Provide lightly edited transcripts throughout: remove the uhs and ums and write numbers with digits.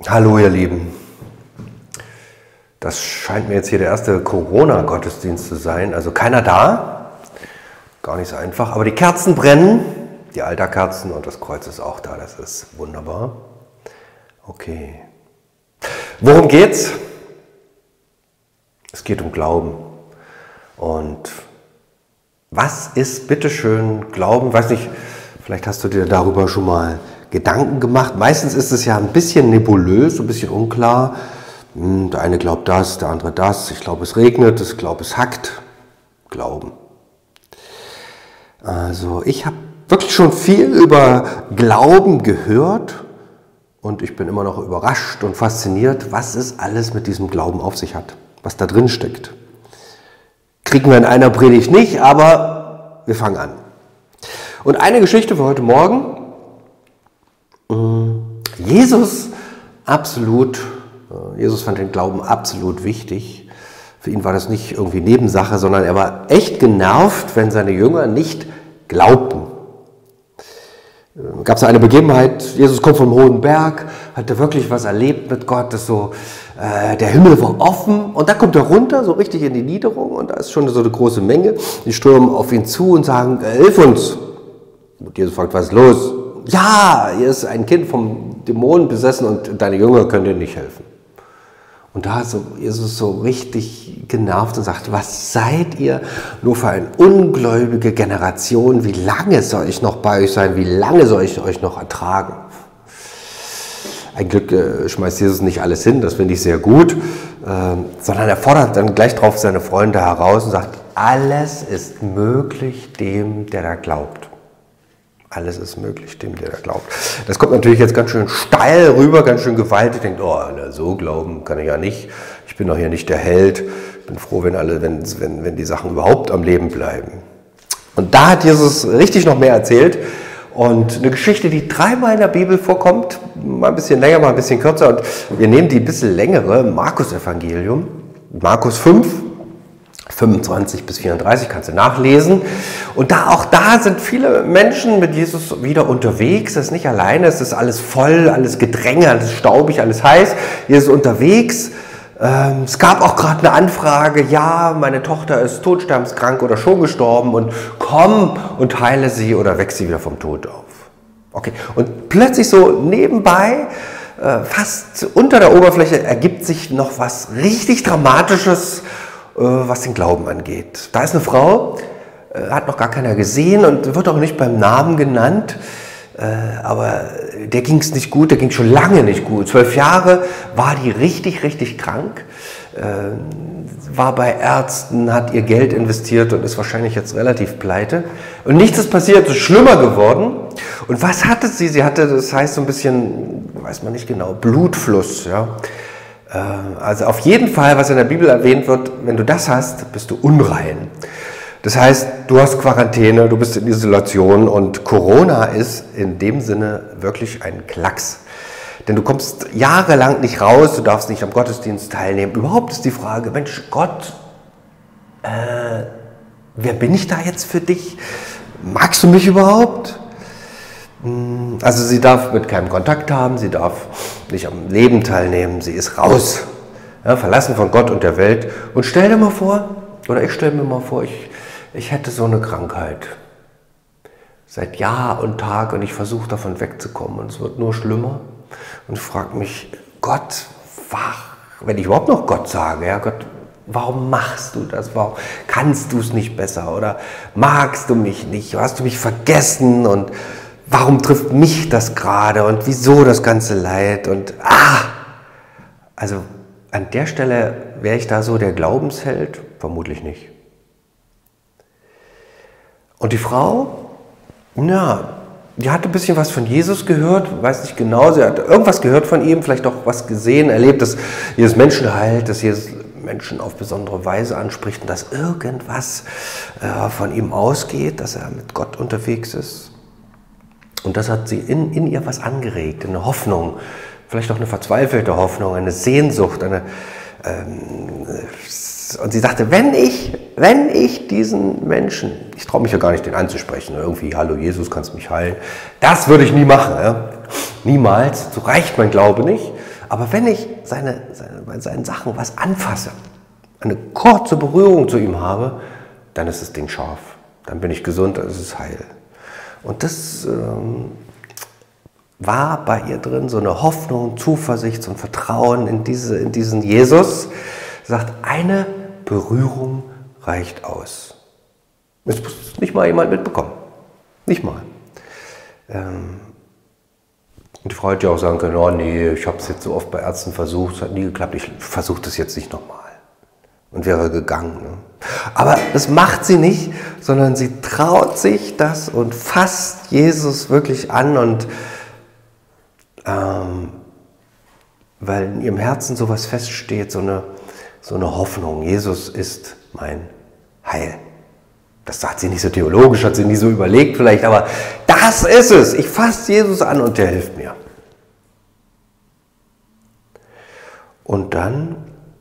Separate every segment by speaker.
Speaker 1: Hallo ihr Lieben, das scheint mir jetzt hier der erste Corona-Gottesdienst zu sein, also keiner da, gar nicht so einfach, aber die Kerzen brennen, die Altarkerzen und das Kreuz ist auch da, das ist wunderbar. Okay, worum geht's? Es geht um Glauben und was ist bitteschön Glauben? Weiß nicht, vielleicht hast du dir darüber schon mal Gedanken gemacht. Meistens ist es ja ein bisschen nebulös, ein bisschen unklar. Der eine glaubt das, der andere das. Ich glaube, es regnet, ich glaube, es hackt. Glauben. Also ich habe wirklich schon viel über Glauben gehört und ich bin immer noch überrascht und fasziniert, was es alles mit diesem Glauben auf sich hat, was da drin steckt. Kriegen wir in einer Predigt nicht, aber wir fangen an. Und eine Geschichte für heute Morgen. Jesus fand den Glauben absolut wichtig. Für ihn war das nicht irgendwie Nebensache, sondern er war echt genervt, wenn seine Jünger nicht glaubten. Gab es eine Begebenheit, Jesus kommt vom hohen Berg, hat er wirklich was erlebt mit Gott, das so, der Himmel war offen und da kommt er runter, so richtig in die Niederung und da ist schon so eine große Menge, die stürmen auf ihn zu und sagen, hilf uns. Und Jesus fragt, was ist los? Ja, hier ist ein Kind vom Dämonen besessen und deine Jünger können dir nicht helfen. Und da ist Jesus so richtig genervt und sagt, was seid ihr nur für eine ungläubige Generation? Wie lange soll ich noch bei euch sein? Wie lange soll ich euch noch ertragen? Ein Glück schmeißt Jesus nicht alles hin, das finde ich sehr gut, sondern er fordert dann gleich drauf seine Freunde heraus und sagt, alles ist möglich dem, der da glaubt. Alles ist möglich, dem, der da glaubt. Das kommt natürlich jetzt ganz schön steil rüber, ganz schön gewaltig. Denkt, oh, so glauben kann ich ja nicht. Ich bin doch hier nicht der Held. Ich bin froh, wenn die Sachen überhaupt am Leben bleiben. Und da hat Jesus richtig noch mehr erzählt. Und eine Geschichte, die 3-mal in der Bibel vorkommt, mal ein bisschen länger, mal ein bisschen kürzer. Und wir nehmen die ein bisschen längere, Markus-Evangelium, Markus 5. 25 bis 34, kannst du nachlesen. Und auch da sind viele Menschen mit Jesus wieder unterwegs. Er ist nicht alleine, es ist alles voll, alles Gedränge, alles staubig, alles heiß. Jesus ist unterwegs. Es gab auch gerade eine Anfrage, ja, meine Tochter ist todsterbenskrank oder schon gestorben und komm und heile sie oder weck sie wieder vom Tod auf. Okay, und plötzlich so nebenbei, fast unter der Oberfläche, ergibt sich noch was richtig Dramatisches, was den Glauben angeht. Da ist eine Frau, hat noch gar keiner gesehen und wird auch nicht beim Namen genannt, aber der ging es nicht gut, der ging schon lange nicht gut. 12 Jahre war die richtig, richtig krank, war bei Ärzten, hat ihr Geld investiert und ist wahrscheinlich jetzt relativ pleite. Und nichts ist passiert, es ist schlimmer geworden. Und was hatte sie? Sie hatte, das heißt so ein bisschen, weiß man nicht genau, Blutfluss, ja. Also auf jeden Fall, was in der Bibel erwähnt wird, wenn du das hast, bist du unrein. Das heißt, du hast Quarantäne, du bist in Isolation und Corona ist in dem Sinne wirklich ein Klacks. Denn du kommst jahrelang nicht raus, du darfst nicht am Gottesdienst teilnehmen. Überhaupt ist die Frage, Mensch Gott, wer bin ich da jetzt für dich? Magst du mich überhaupt? Also sie darf mit keinem Kontakt haben, sie darf nicht am Leben teilnehmen, sie ist raus, ja, verlassen von Gott und der Welt. Und stell dir mal vor, oder ich stelle mir mal vor, ich hätte so eine Krankheit seit Jahr und Tag und ich versuche davon wegzukommen und es wird nur schlimmer. Und ich frage mich, Gott, wenn ich überhaupt noch Gott sage, ja Gott, warum machst du das? Warum kannst du es nicht besser? Oder magst du mich nicht? Hast du mich vergessen? Und warum trifft mich das gerade und wieso das ganze Leid? Und also an der Stelle wäre ich da so der Glaubensheld? Vermutlich nicht. Und die Frau, die hatte ein bisschen was von Jesus gehört, weiß nicht genau, sie hat irgendwas gehört von ihm, vielleicht auch was gesehen, erlebt, dass Jesus Menschen heilt, dass Jesus Menschen auf besondere Weise anspricht und dass irgendwas von ihm ausgeht, dass er mit Gott unterwegs ist. Und das hat sie in ihr was angeregt, eine Hoffnung, vielleicht auch eine verzweifelte Hoffnung, eine Sehnsucht, und sie sagte, wenn ich diesen Menschen, ich traue mich ja gar nicht, den anzusprechen, irgendwie, hallo Jesus, kannst du mich heilen, das würde ich nie machen, ja? Niemals, so reicht mein Glaube nicht, Aber wenn ich bei seinen Sachen was anfasse, eine kurze Berührung zu ihm habe, dann ist das Ding scharf. Dann bin ich gesund, dann ist es heil. Und das war bei ihr drin, so eine Hoffnung, Zuversicht und Vertrauen in diesen Jesus. Sagt, eine Berührung reicht aus. Das muss nicht mal jemand mitbekommen. Nicht mal. Und die Frau hätte ja auch sagen können, oh nee, ich habe es jetzt so oft bei Ärzten versucht, es hat nie geklappt, ich versuche das jetzt nicht nochmal. Und wäre gegangen. Ne? Aber das macht sie nicht, sondern sie traut sich das und fasst Jesus wirklich an und weil in ihrem Herzen sowas feststeht, so eine Hoffnung, Jesus ist mein Heil. Das sagt sie nicht so theologisch, hat sie nie so überlegt vielleicht, aber das ist es. Ich fasse Jesus an und der hilft mir. Und dann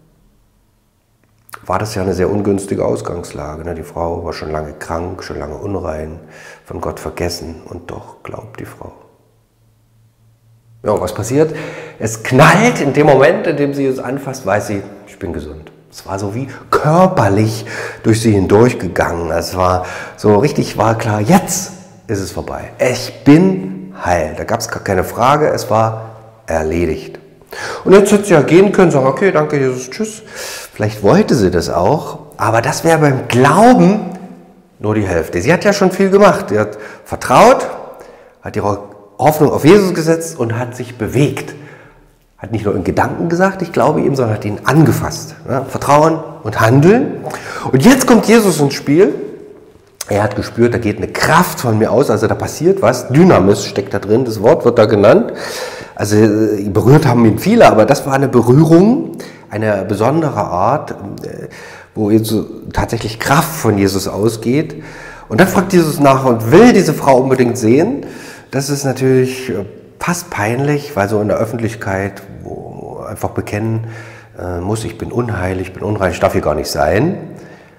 Speaker 1: war das ja eine sehr ungünstige Ausgangslage. Ne? Die Frau war schon lange krank, schon lange unrein, von Gott vergessen und doch glaubt die Frau. Ja, was passiert? Es knallt in dem Moment, in dem sie Jesus anfasst, weiß sie, ich bin gesund. Es war so wie körperlich durch sie hindurchgegangen. Es war so richtig, war klar, jetzt ist es vorbei. Ich bin heil. Da gab es gar keine Frage, es war erledigt. Und jetzt hätte sie ja gehen können, sagen, okay, danke Jesus, tschüss. Vielleicht wollte sie das auch, aber das wäre beim Glauben nur die Hälfte. Sie hat ja schon viel gemacht. Sie hat vertraut, hat ihre Hoffnung auf Jesus gesetzt und hat sich bewegt. Hat nicht nur in Gedanken gesagt, ich glaube ihm, sondern hat ihn angefasst. Ja, Vertrauen und Handeln. Und jetzt kommt Jesus ins Spiel. Er hat gespürt, da geht eine Kraft von mir aus, also da passiert was. Dynamis steckt da drin, das Wort wird da genannt. Also berührt haben ihn viele, aber das war eine Berührung, eine besondere Art, wo tatsächlich Kraft von Jesus ausgeht. Und dann fragt Jesus nach und will diese Frau unbedingt sehen. Das ist natürlich fast peinlich, weil so in der Öffentlichkeit, wo einfach bekennen muss, ich bin unheil, ich darf hier gar nicht sein.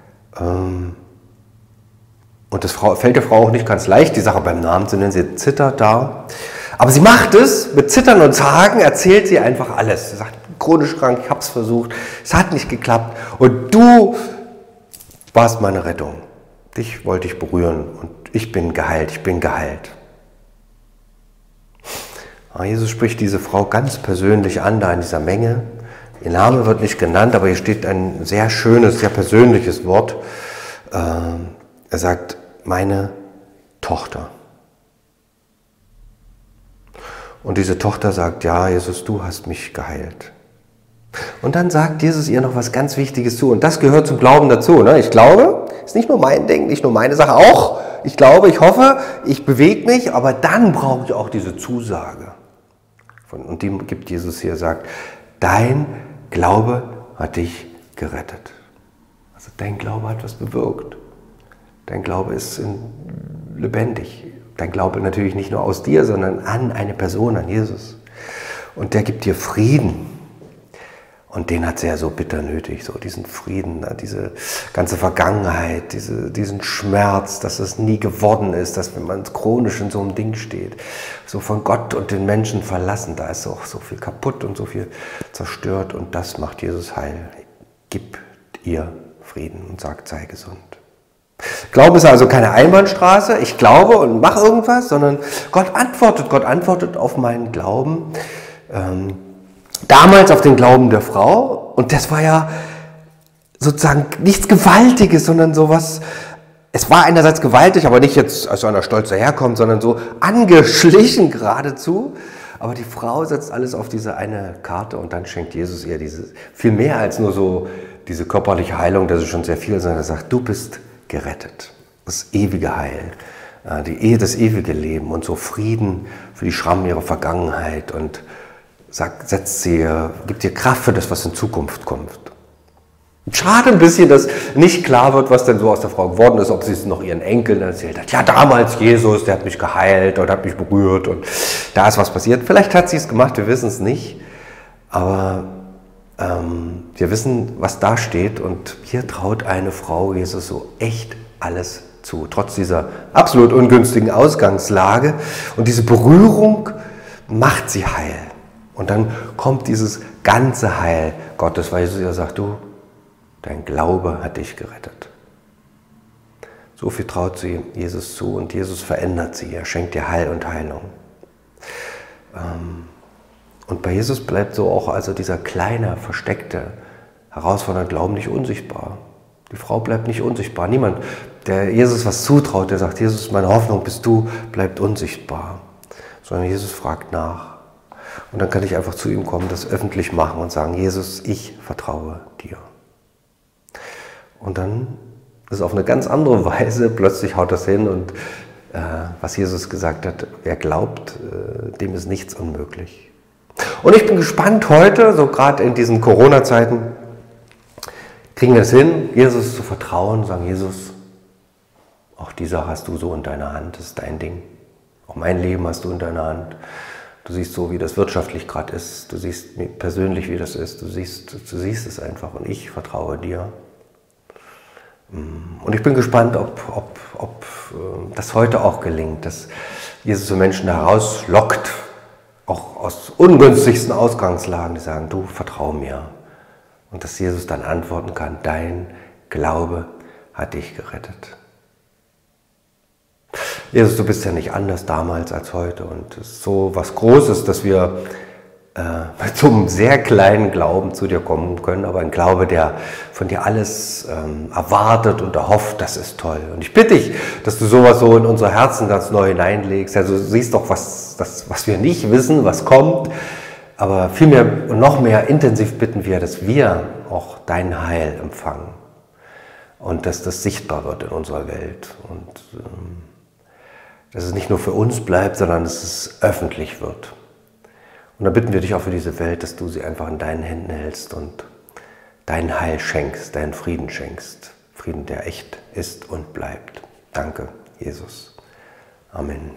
Speaker 1: Und das fällt der Frau auch nicht ganz leicht, die Sache beim Namen zu nennen, sie zittert da. Aber sie macht es, mit Zittern und Zagen erzählt sie einfach alles. Sie sagt, chronisch krank, ich habe es versucht, es hat nicht geklappt und du warst meine Rettung. Dich wollte ich berühren und ich bin geheilt. Jesus spricht diese Frau ganz persönlich an, da in dieser Menge. Ihr Name wird nicht genannt, aber hier steht ein sehr schönes, sehr persönliches Wort. Er sagt, meine Tochter. Und diese Tochter sagt, ja, Jesus, du hast mich geheilt. Und dann sagt Jesus ihr noch was ganz Wichtiges zu. Und das gehört zum Glauben dazu. Ne? Ich glaube, ist nicht nur mein Ding, nicht nur meine Sache, auch. Ich glaube, ich hoffe, ich bewege mich, aber dann brauche ich auch diese Zusage. Und die gibt Jesus hier, sagt, dein Glaube hat dich gerettet. Also dein Glaube hat was bewirkt. Dein Glaube ist lebendig. Dein Glaube natürlich nicht nur aus dir, sondern an eine Person, an Jesus. Und der gibt dir Frieden. Und den hat sie ja so bitter nötig, so diesen Frieden, diese ganze Vergangenheit, diesen Schmerz, dass es nie geworden ist, dass wenn man chronisch in so einem Ding steht, so von Gott und den Menschen verlassen, da ist auch so viel kaputt und so viel zerstört und das macht Jesus heil. Gib ihr Frieden und sagt, sei gesund. Glaube ist also keine Einbahnstraße, ich glaube und mache irgendwas, sondern Gott antwortet auf meinen Glauben. Damals auf den Glauben der Frau und das war ja sozusagen nichts Gewaltiges, sondern sowas, es war einerseits gewaltig, aber nicht jetzt als einer stolz daherkommt, sondern so angeschlichen geradezu. Aber die Frau setzt alles auf diese eine Karte und dann schenkt Jesus ihr viel mehr als nur so diese körperliche Heilung, das ist schon sehr viel, sondern er sagt, du bist gerettet, das ewige Heil, das ewige Leben und so Frieden für die Schrammen ihrer Vergangenheit und gibt dir Kraft für das, was in Zukunft kommt. Schade ein bisschen, dass nicht klar wird, was denn so aus der Frau geworden ist, ob sie es noch ihren Enkeln erzählt hat. Ja, damals Jesus, der hat mich geheilt und hat mich berührt und da ist was passiert. Vielleicht hat sie es gemacht, wir wissen es nicht, aber wir wissen, was da steht und hier traut eine Frau Jesus so echt alles zu, trotz dieser absolut ungünstigen Ausgangslage und diese Berührung macht sie heil. Und dann kommt dieses ganze Heil Gottes, weil Jesus ja sagt, du, dein Glaube hat dich gerettet. So viel traut sie Jesus zu und Jesus verändert sie. Er schenkt ihr Heil und Heilung. Und bei Jesus bleibt so auch also dieser kleine, versteckte, herausfordernde Glauben nicht unsichtbar. Die Frau bleibt nicht unsichtbar. Niemand, der Jesus was zutraut, der sagt, Jesus, meine Hoffnung bist du, bleibt unsichtbar. Sondern Jesus fragt nach. Und dann kann ich einfach zu ihm kommen, das öffentlich machen und sagen, Jesus, ich vertraue dir. Und dann ist auf eine ganz andere Weise, plötzlich haut das hin und was Jesus gesagt hat, wer glaubt, dem ist nichts unmöglich. Und ich bin gespannt heute, so gerade in diesen Corona-Zeiten, kriegen wir es hin, Jesus zu vertrauen, sagen, Jesus, auch die Sache hast du so in deiner Hand, das ist dein Ding. Auch mein Leben hast du in deiner Hand. Du siehst so, wie das wirtschaftlich gerade ist. Du siehst persönlich, wie das ist. Du siehst es einfach und ich vertraue dir. Und ich bin gespannt, ob das heute auch gelingt, dass Jesus so Menschen herauslockt, auch aus ungünstigsten Ausgangslagen, die sagen, du, vertrau mir. Und dass Jesus dann antworten kann, dein Glaube hat dich gerettet. Jesus, du bist ja nicht anders damals als heute und es ist so was Großes, dass wir mit so einem sehr kleinen Glauben zu dir kommen können, aber ein Glaube, der von dir alles erwartet und erhofft, das ist toll. Und ich bitte dich, dass du sowas so in unsere Herzen ganz neu hineinlegst. Also du siehst doch, was wir nicht wissen, was kommt, aber vielmehr und noch mehr intensiv bitten wir, dass wir auch dein Heil empfangen und dass das sichtbar wird in unserer Welt und dass es nicht nur für uns bleibt, sondern dass es öffentlich wird. Und dann bitten wir dich auch für diese Welt, dass du sie einfach in deinen Händen hältst und dein Heil schenkst, deinen Frieden schenkst. Frieden, der echt ist und bleibt. Danke, Jesus. Amen.